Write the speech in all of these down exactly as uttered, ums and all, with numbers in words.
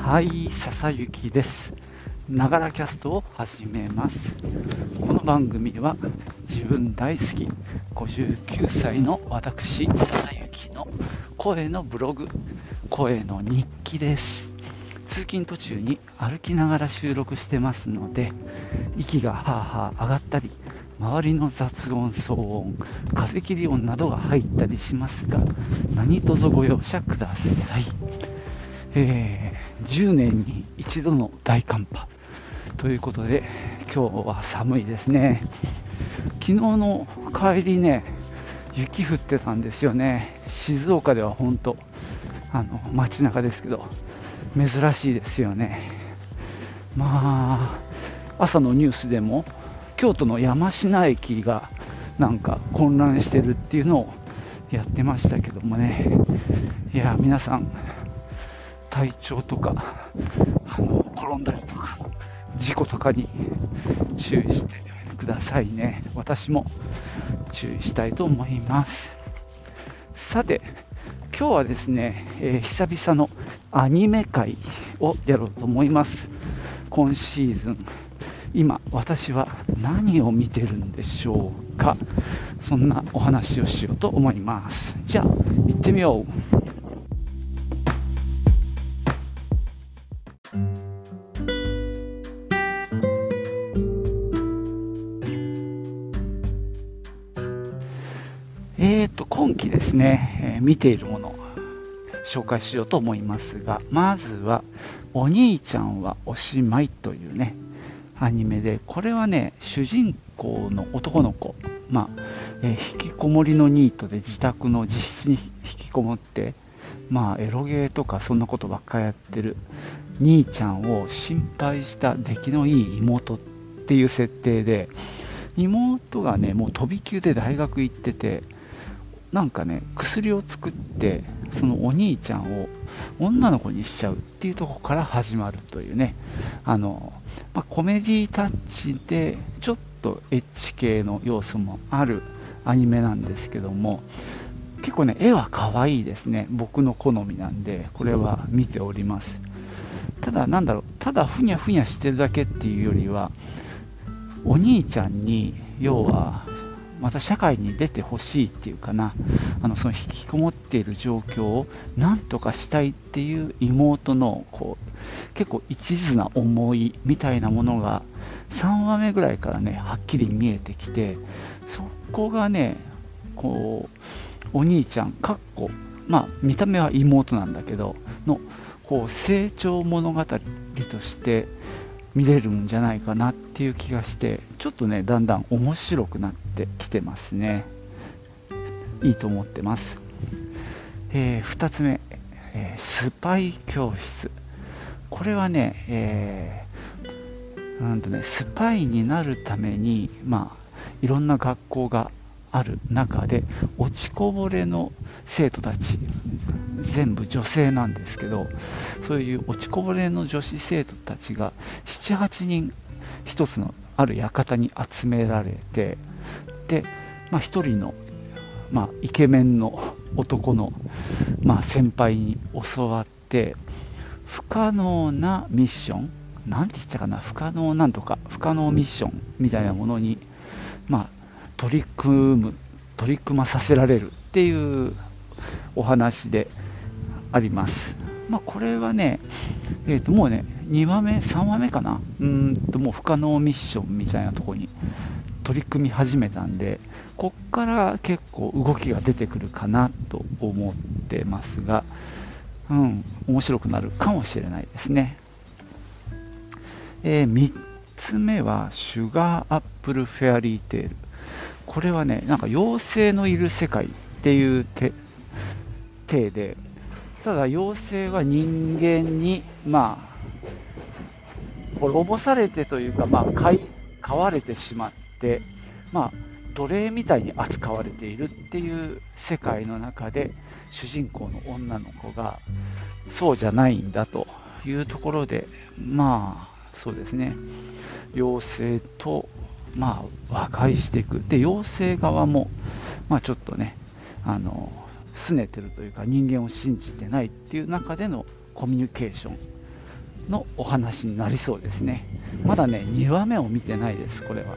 はい、笹雪です。ながらキャストを始めます。この番組は自分大好きごじゅうきゅうさいの私、笹雪の声のブログ、声の日記です。通勤途中に歩きながら収録してますので、息がはあはあ上がったり、周りの雑音、騒音、風切り音などが入ったりしますが、何卒ご容赦ください。えー、じゅうねんに一度の大寒波ということで、今日は寒いですね。昨日の帰りね、雪降ってたんですよね。静岡では本当あの街中ですけど珍しいですよね。まあ朝のニュースでも京都の山科駅がなんか混乱してるっていうのをやってましたけどもね。いや皆さん体調とかあの転んだりとか事故とかに注意してくださいね。私も注意したいと思います。さて今日はですね、えー、久々のアニメ会をやろうと思います。今シーズン今私は何を見てるんでしょうか。そんなお話をしようと思います。じゃあ行ってみよう。えーと今期ですね、えー、見ているものを紹介しようと思いますが、まずはお兄ちゃんはおしまいというねアニメで、これはね主人公の男の子、まあえー、引きこもりのニートで自宅の自室に引きこもって、まあエロゲーとかそんなことばっかりやってる兄ちゃんを心配した出来のいい妹っていう設定で、妹がねもう飛び級で大学行ってて、なんかね薬を作ってそのお兄ちゃんを女の子にしちゃうっていうところから始まるというね、あの、まあ、コメディタッチでちょっとエッチ系の要素もあるアニメなんですけども、結構ね絵は可愛いですね。僕の好みなんでこれは見ております。ただなんだろう、ただふにゃふにゃしてるだけっていうよりは、お兄ちゃんに要はまた社会に出てほしいっていうかな、あのその引きこもっている状況を何とかしたいっていう妹のこう結構一途な思いみたいなものがさんわめぐらいからねはっきり見えてきて、そこがねこうお兄ちゃんかっこまあ見た目は妹なんだけどのこう成長物語として見れるんじゃないかなっていう気がして、ちょっとねだんだん面白くなってきてますね。いいと思ってます。えー、ふたつめ、えー、スパイ教室。これはね、えー、なんとねスパイになるためにまあいろんな学校がある中で落ちこぼれの生徒たち、全部女性なんですけど、そういう落ちこぼれの女子生徒たちがななはちにん一つのある館に集められて、で、まあ、ひとりの、まあ、イケメンの男の、まあ、先輩に教わって不可能なミッション、なんて言ったかな、不可能なんとか不可能ミッションみたいなものに、まあ、取り組む取り組まさせられるっていうお話であります。まあ、これはね、えー、ともうねにわめさんわめかな、うーんともう不可能ミッションみたいなところに取り組み始めたんで、こっから結構動きが出てくるかなと思ってますが、うん、面白くなるかもしれないですね。えー、みっつめはシュガーアップルフェアリーテール。これはねなんか妖精のいる世界っていう体で、ただ妖精は人間にまあ滅ぼされてというか、まあ飼い飼われてしまって、まあ奴隷みたいに扱われているっていう世界の中で、主人公の女の子がそうじゃないんだというところで、まあそうですね、妖精とまあ和解していく。で妖精側もまあちょっとねあの拗ねてるというか、人間を信じてないっていう中でのコミュニケーション、 のお話になりそうですね。まだねにわめを見てないです、これは。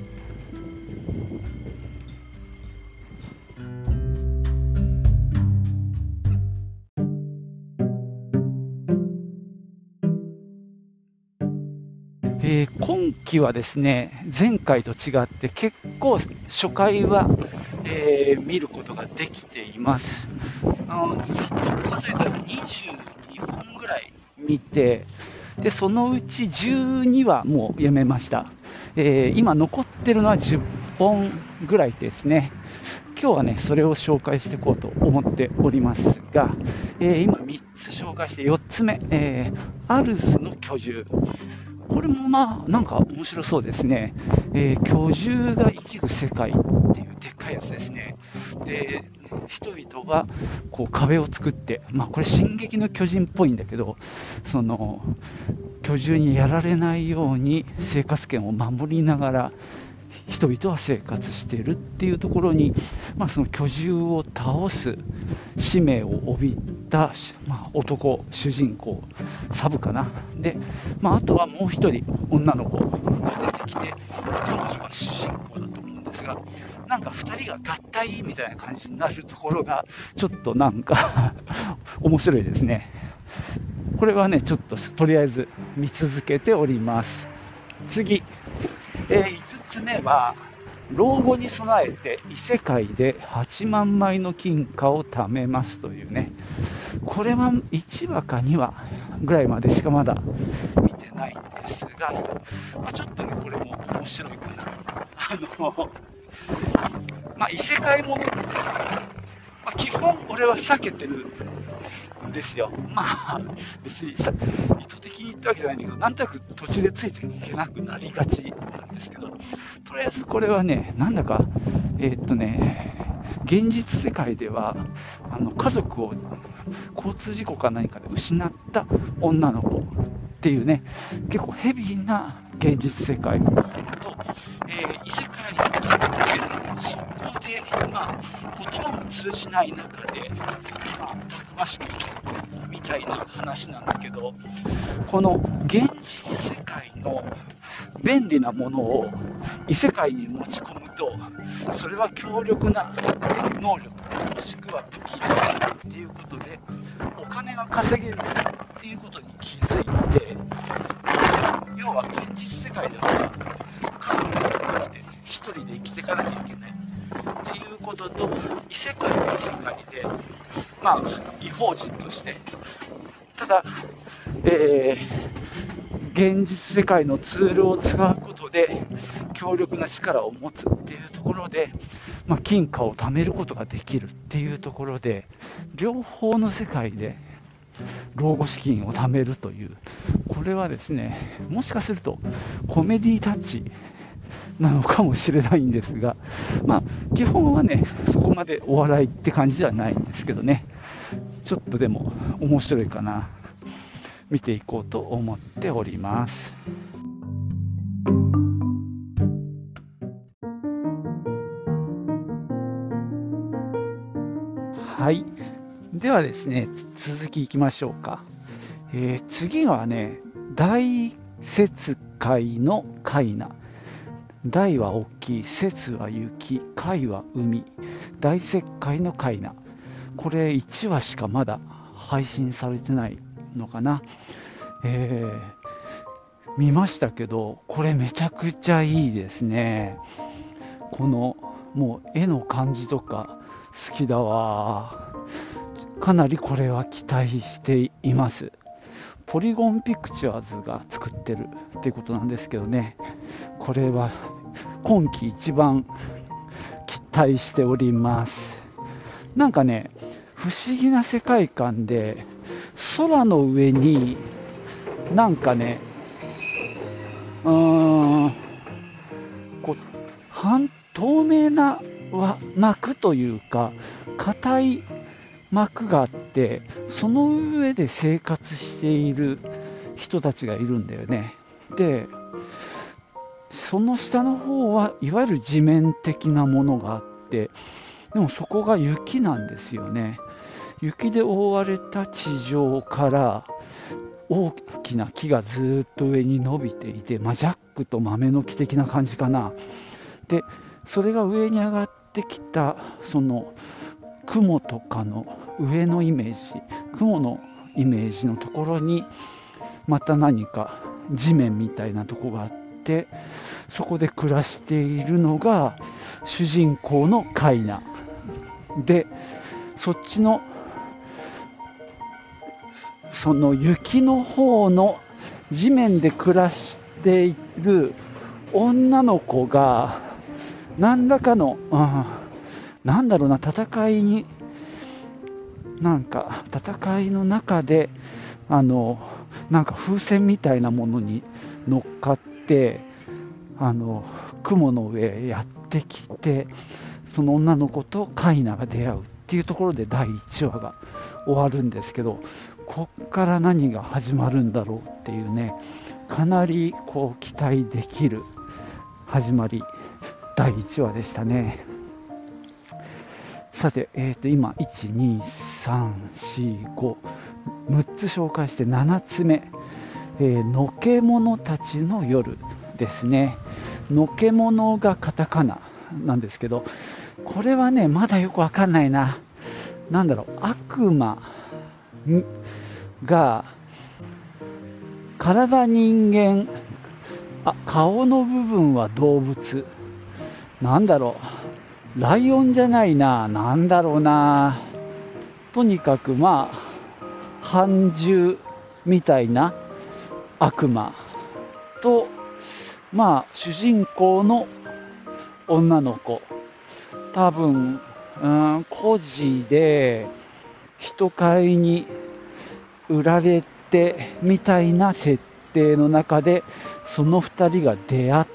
えー今期はですね、前回と違って結構初回は、えー見ることができています。あのざっと数えたらにじゅうにほんぐらい見て、でそのうちじゅうにはもうやめました。えー今残ってるのはじゅっぽんぐらいですね。今日はねそれを紹介していこうと思っておりますが、えー今みっつ紹介してよっつめ、えーアルスの居住。これもまあなんか面白そうですね。えー居住が生きる世界っていうでっかいやつですね。で、人々がこう壁を作って、まあこれ進撃の巨人っぽいんだけど、その居住にやられないように生活圏を守りながら人々は生活しているっていうところに、まあ、その居住を倒す使命を帯びた、まあ、男主人公サブかなで、まあ、あとはもう一人女の子が出てきて、彼女が主人公だと思うんですが、なんかふたりが合体みたいな感じになるところがちょっとなんか面白いですね。これはねちょっととりあえず見続けております。次、えー、いつつめは老後に備えて異世界ではちまんまいの金貨を貯めますというね。これはいちわかにわぐらいまでしかまだ見てないんですが、まあ、ちょっとねこれも面白いかな。あのまあ異世界もの、まあ、基本俺は避けてるんですよ。まあ別にさ意図的に言ったわけじゃないんだけど、なんとなく途中でついていけなくなりがちなんですけど、とりあえずこれはね、なんだかえーっとね現実世界ではあの家族を交通事故か何かで失った女の子っていうね、結構ヘビーな現実世界と、えー異世界に行ってそこで、まあ、言葉も通じない中で、まあ、たくましく生きていくみたいな話なんだけど、この現実世界の便利なものを異世界に持ち込むと、それは強力な能力もしくは武器だっていうことでお金が稼げるっていうことに気づいて、要は現実世界ではさ家族がなくて一人で生きていかなきゃいけないっていうことと、異世界の世界でまあ違法人としてただ、えー、現実世界のツールを使うことで強力な力を持つっていうところで、まあ、金貨を貯めることができるっていうところで、両方の世界で老後資金を貯めるという、これはですねもしかするとコメディタッチなのかもしれないんですが、まあ基本はねそこまでお笑いって感じではないんですけどね、ちょっとでも面白いかな、見ていこうと思っております。はい、ではですね続きいきましょうか。えー次はね大雪海の海な、大は大きい、雪は雪、海は海、大雪海の海な、これいちわしかまだ配信されてないのかな。えー見ましたけど、これめちゃくちゃいいですね。このもう絵の感じとか好きだわ。かなりこれは期待しています。ポリゴンピクチャーズが作ってるっていうことなんですけどね、これは今季一番期待しております。なんかね不思議な世界観で、空の上になんかねうーんこう半透明なわ膜というか硬い膜があって、その上で生活している人たちがいるんだよね。でその下の方はいわゆる地面的なものがあって、でもそこが雪なんですよね。雪で覆われた地上から大きな木がずっと上に伸びていて、まあ、ジャックと豆の木的な感じかな。でそれが上に上がってきたその雲とかの上のイメージ、雲のイメージのところにまた何か地面みたいなとこがあって、そこで暮らしているのが主人公のカイナで、そっちのその雪の方の地面で暮らしている女の子が何らかの、うん、なんだろうな、戦いになんか戦いの中であのなんか風船みたいなものに乗っかって、あの雲の上へやってきて、その女の子とカイナが出会うっていうところでだいいちわが終わるんですけど、こっから何が始まるんだろうっていうね、かなりこう期待できる始まりだいいちわでしたね。さて、えー、と今いち、に、さん、し、ご、むっつ紹介してななつめ、えー、のけものたちの夜ですね。のけものがカタカナなんですけど、これはねまだよくわかんないな。なんだろう、悪魔が体人間、あ、顔の部分は動物、なんだろう、ライオンじゃないな、なんだろうな、とにかくまあ半獣みたいな悪魔と、まあ主人公の女の子、多分うーん孤児で人買いに売られてみたいな設定の中で、そのふたりが出会って、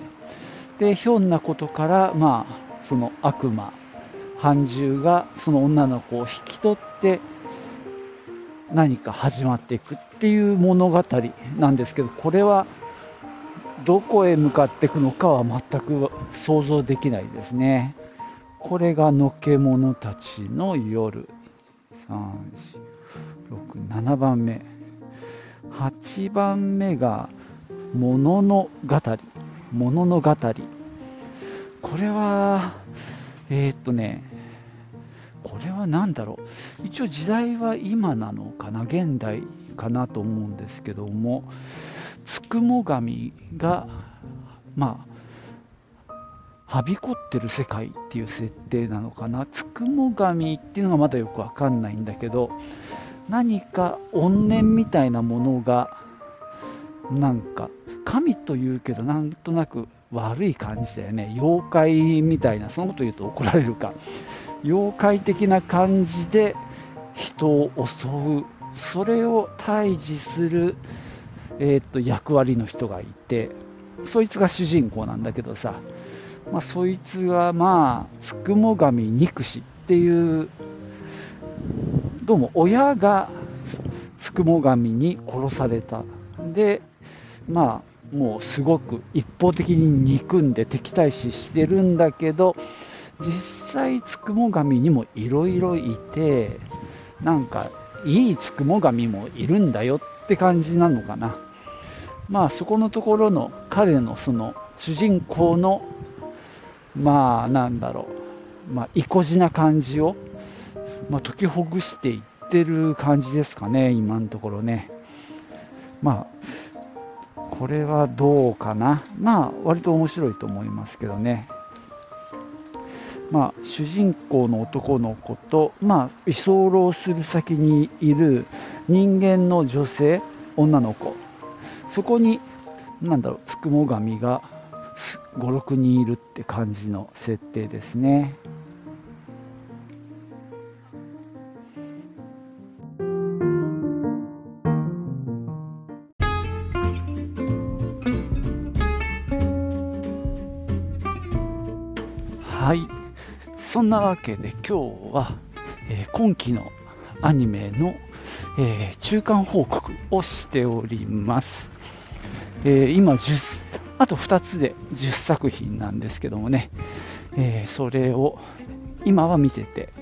でひょんなことからまあその悪魔半獣がその女の子を引き取って何か始まっていくっていう物語なんですけど、これはどこへ向かっていくのかは全く想像できないですね。これがのけものたちの夜。さん、よん、ろく、ななばんめ。はちばんめがものの語り。ものの語り。これはえー、っとねこれは何だろう、一応時代は今なのかな、現代かなと思うんですけども、つくも神がまあはびこってる世界っていう設定なのかな。つくも神っていうのがまだよくわかんないんだけど、何か怨念みたいなものが、なんか神というけどなんとなく悪い感じだよね、妖怪みたいな、そのこと言うと怒られるか、妖怪的な感じで人を襲う、それを対峙する、えー、っと役割の人がいて、そいつが主人公なんだけどさ、まあ、そいつはまあつくも神憎しっていう、どうも親がつくも神に殺された。でまあもうすごく一方的に憎んで敵対視してるんだけど、実際つくも神にもいろいろいて、なんかいいつくも神もいるんだよって感じなのかな。まあそこのところの彼のその主人公のまあなんだろう、まあ意固地な感じを、まあ、解きほぐしていってる感じですかね、今のところね。まあこれはどうかな、まあ割と面白いと思いますけどね。まあ、主人公の男の子と、まあ、居候する先にいる人間の女性、女の子、そこになんだろう、つくも神がご、ろくにんいるって感じの設定ですね。はい、そんなわけで今日は、えー、今期のアニメの、えー、中間報告をしております。えー、今じゅうあとふたつでじゅっさく品なんですけどもね、えー、それを今は見てて、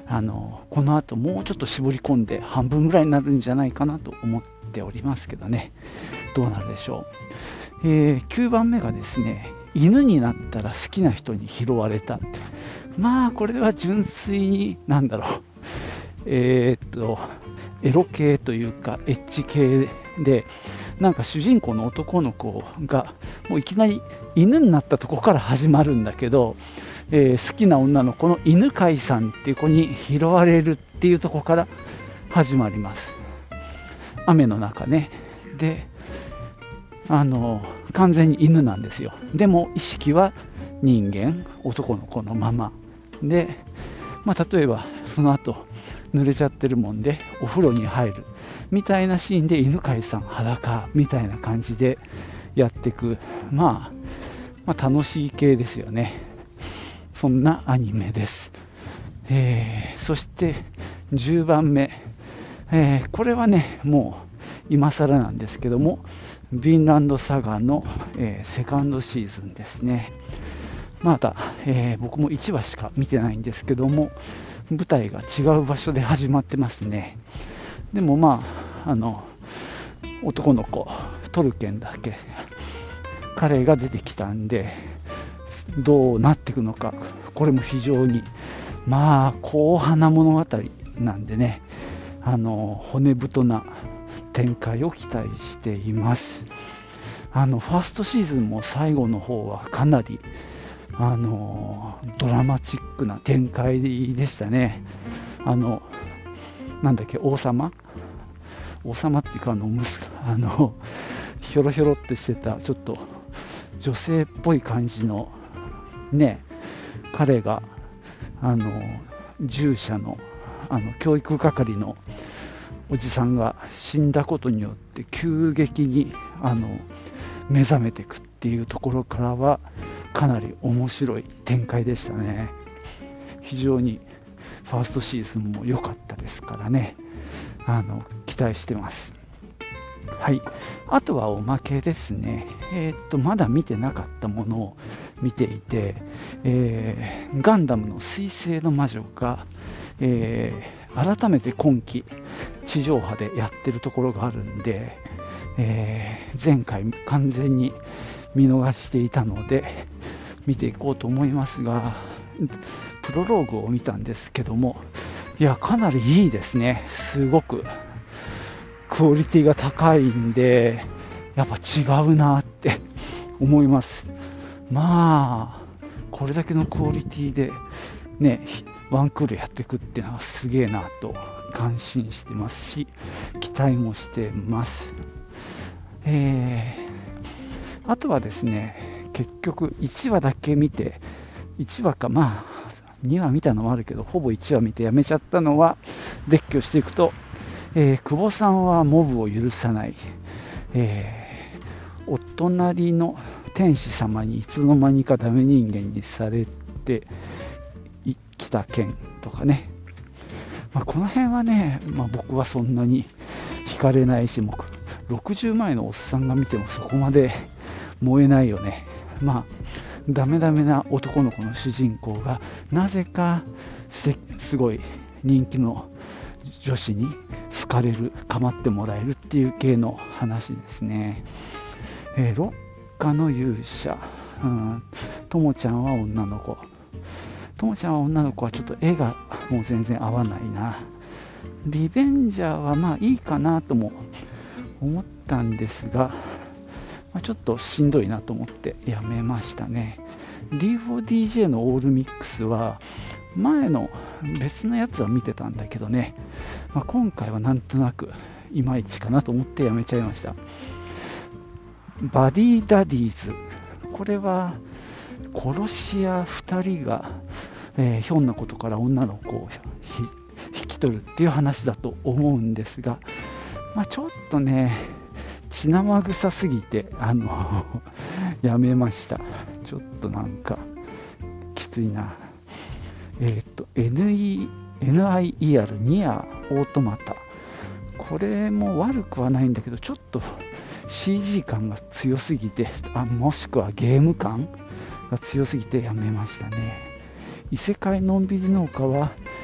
あのこの後もうちょっと絞り込んで半分ぐらいになるんじゃないかなと思っておりますけどね、どうなるでしょう。えー、きゅうばんめがですね、犬になったら好きな人に拾われたって。まあこれは純粋になんだろう、えー、っとエロ系というかエッチ系で、なんか主人公の男の子がもういきなり犬になったところから始まるんだけど、えー、好きな女の子の犬飼さんっていう子に拾われるっていうところから始まります。雨の中ね。で、あの完全に犬なんですよ。でも意識は人間、男の子のままで、まあ、例えばその後濡れちゃってるもんでお風呂に入るみたいなシーンで犬飼さん裸みたいな感じでやっていく、まあ、まあ楽しい系ですよね。そんなアニメです。えー、そしてじゅうばんめ、えー、これはねもう今更なんですけども、ヴィンランドサガの、えー、セカンドシーズンですね。まだ、えー、僕もいちわしか見てないんですけども、舞台が違う場所で始まってますね。でもまあ、あの男の子トルケンだけ彼が出てきたんで、どうなっていくのか、これも非常にまあ硬派な物語なんでね、あの骨太な展開を期待しています。あのファーストシーズンも最後の方はかなりあのドラマチックな展開でしたね。あのなんだっけ、王様王様っていうか、あの息子、あのひょろひょろってしてたちょっと女性っぽい感じのね、彼があの従者のあの教育係のおじさんが死んだことによって急激にあの目覚めていくっていうところからはかなり面白い展開でしたね。非常にファーストシーズンも良かったですからね、あの期待してます。はい、あとはおまけですね。えー、っとまだ見てなかったものを見ていて、えー、ガンダムの水星の魔女が、えー、改めて今期地上波でやってるところがあるんで、えー、前回完全に見逃していたので見ていこうと思いますが、プロローグを見たんですけども、いやかなりいいですね。すごくクオリティが高いんで、やっぱ違うなって思います。まあこれだけのクオリティでねワンクールやっていくっていうのはすげえなと感心してますし、期待もしてます。えー、あとはですね、結局いちわだけ見て、いちわかまあにわ見たのもあるけど、ほぼいちわ見てやめちゃったのは、列挙していくと、えー、久保さんはモブを許さない、えー、お隣の天使様にいつの間にかダメ人間にされてきた件とかね、まあ、この辺はね、まあ、僕はそんなに惹かれないし、もうろくじゅうまえのおっさんが見てもそこまで燃えないよね。まあダメダメな男の子の主人公がなぜかすごい人気の女子に好かれる、構ってもらえるっていう系の話ですね。えー、ロッカの勇者、うん、ともちゃんは女の子、ともちゃんは女の子はちょっと絵がもう全然合わないな。リベンジャーはまあいいかなとも思ったんですが、まあ、ちょっとしんどいなと思ってやめましたね。 ディーフォーディージェー のオールミックスは前の別のやつは見てたんだけどね、まあ、今回はなんとなくいまいちかなと思ってやめちゃいました。バディダディーズ、これは殺し屋ふたりが、えー、ひょんなことから女の子を引き取るっていう話だと思うんですが、まあ、ちょっとね血生臭すぎてあのやめました。ちょっとなんかきついな。えっ、ー、と エヌイーアール ニアオートマタ、これも悪くはないんだけど、ちょっと シージー 感が強すぎて、あもしくはゲーム感が強すぎてやめましたね。異世界のんびり農家は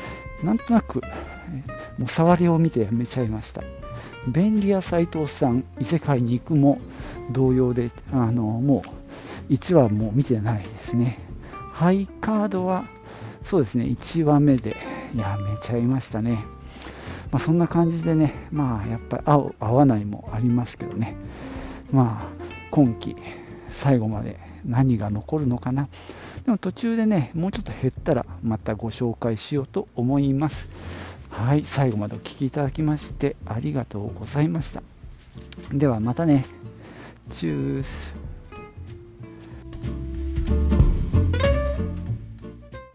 なんとなくもう触りを見てやめちゃいました。便利屋斎藤さん異世界に行くも同様で、あのもういちわも見てないですね。ハイカードはそうですね、いちわめでやめちゃいましたね。まあ、そんな感じでね、まあやっぱり合う合わないもありますけどね、まあ今季最後まで何が残るのかな。でも途中でね、もうちょっと減ったらまたご紹介しようと思います。はい、最後までお聞きいただきましてありがとうございました。ではまたね。チュース。